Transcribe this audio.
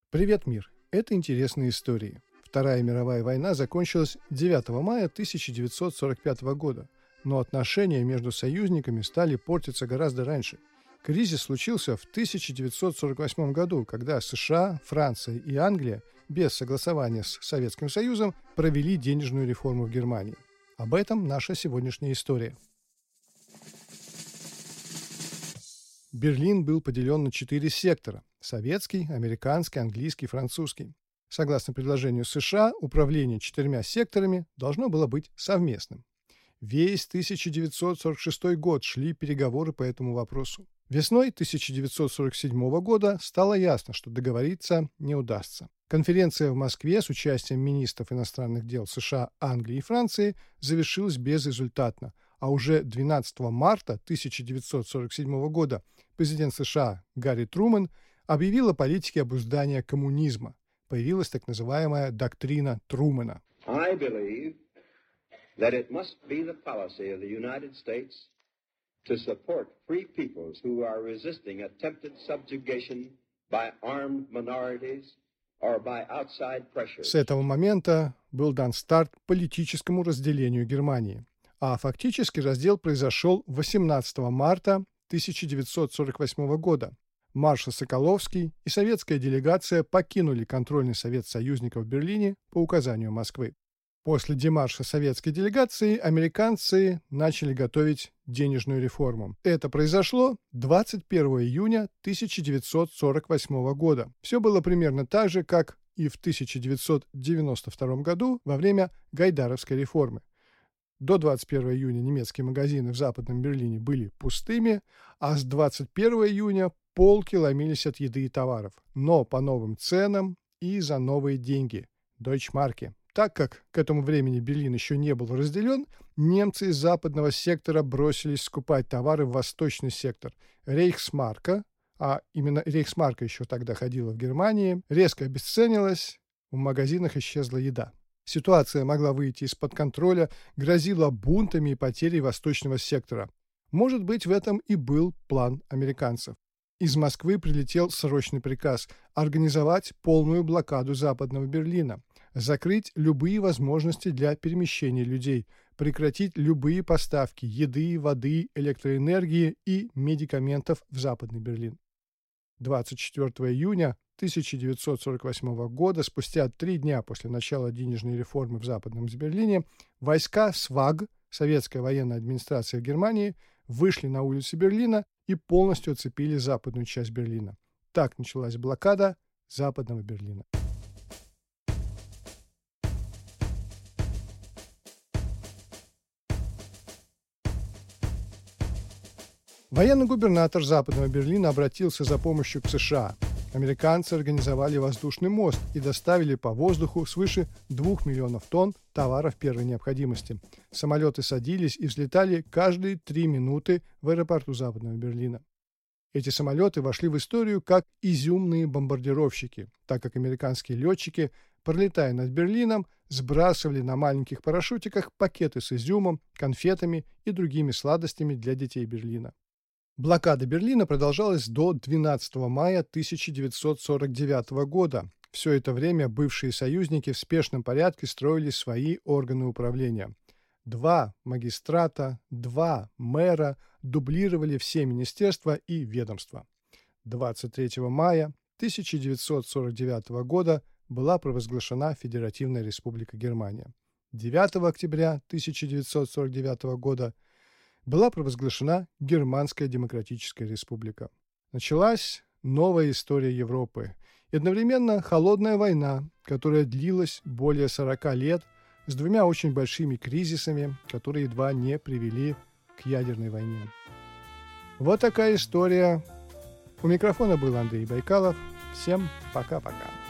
Привет, мир! Это интересные истории. Вторая мировая война закончилась 9 мая 1945 года, но отношения между союзниками стали портиться гораздо раньше. Кризис случился в 1948 году, когда США, Франция и Англия без согласования с Советским Союзом провели денежную реформу в Германии. Об этом наша сегодняшняя история. Берлин был поделен на 4 сектора – советский, американский, английский, французский. Согласно предложению США, управление 4 секторами должно было быть совместным. Весь 1946 год шли переговоры по этому вопросу. Весной 1947 года стало ясно, что договориться не удастся. Конференция в Москве с участием министров иностранных дел США, Англии и Франции завершилась безрезультатно, а уже 12 марта 1947 года президент США Гарри Трумэн объявил о политике обуздания коммунизма. Появилась так называемая доктрина Трумэна. I believe that it must be the policy of the United States to support free peoples who are resisting attempted subjugation by armed minorities or by outside pressure. С этого момента был дан старт политическому разделению Германии, а фактически раздел произошел 18 марта 1948 года. Маршал Соколовский и советская делегация покинули контрольный совет союзников в Берлине по указанию Москвы. После демарша советской делегации американцы начали готовить денежную реформу. Это произошло 21 июня 1948 года. Все было примерно так же, как и в 1992 году во время Гайдаровской реформы. До 21 июня немецкие магазины в Западном Берлине были пустыми, а с 21 июня полки ломились от еды и товаров, но по новым ценам и за новые деньги – дойчмарки. Так как к этому времени Берлин еще не был разделен, немцы из западного сектора бросились скупать товары в восточный сектор. Рейхсмарка, а именно рейхсмарка еще тогда ходила в Германии, резко обесценилась, в магазинах исчезла еда. Ситуация могла выйти из-под контроля, грозила бунтами и потерей восточного сектора. Может быть, в этом и был план американцев. Из Москвы прилетел срочный приказ организовать полную блокаду Западного Берлина, закрыть любые возможности для перемещения людей, прекратить любые поставки еды, воды, электроэнергии и медикаментов в Западный Берлин. 24 июня 1948 года, спустя 3 дня после начала денежной реформы в Западном Берлине, войска СВАГ, Советская военная администрация в Германии, вышли на улицы Берлина и полностью оцепили западную часть Берлина. Так началась блокада Западного Берлина. Военный губернатор Западного Берлина обратился за помощью к США. Американцы организовали воздушный мост и доставили по воздуху свыше 2 миллионов тонн товаров первой необходимости. Самолеты садились и взлетали каждые 3 минуты в аэропорту Западного Берлина. Эти самолеты вошли в историю как изюмные бомбардировщики, так как американские летчики, пролетая над Берлином, сбрасывали на маленьких парашютиках пакеты с изюмом, конфетами и другими сладостями для детей Берлина. Блокада Берлина продолжалась до 12 мая 1949 года. Все это время бывшие союзники в спешном порядке строили свои органы управления. 2 магистрата, 2 мэра дублировали все министерства и ведомства. 23 мая 1949 года была провозглашена Федеративная Республика Германия. 9 октября 1949 года была провозглашена Германская Демократическая Республика. Началась новая история Европы и одновременно холодная война, которая длилась более 40 лет с 2 очень большими кризисами, которые едва не привели к ядерной войне. Вот такая история. У микрофона был Андрей Байкалов. Всем пока-пока.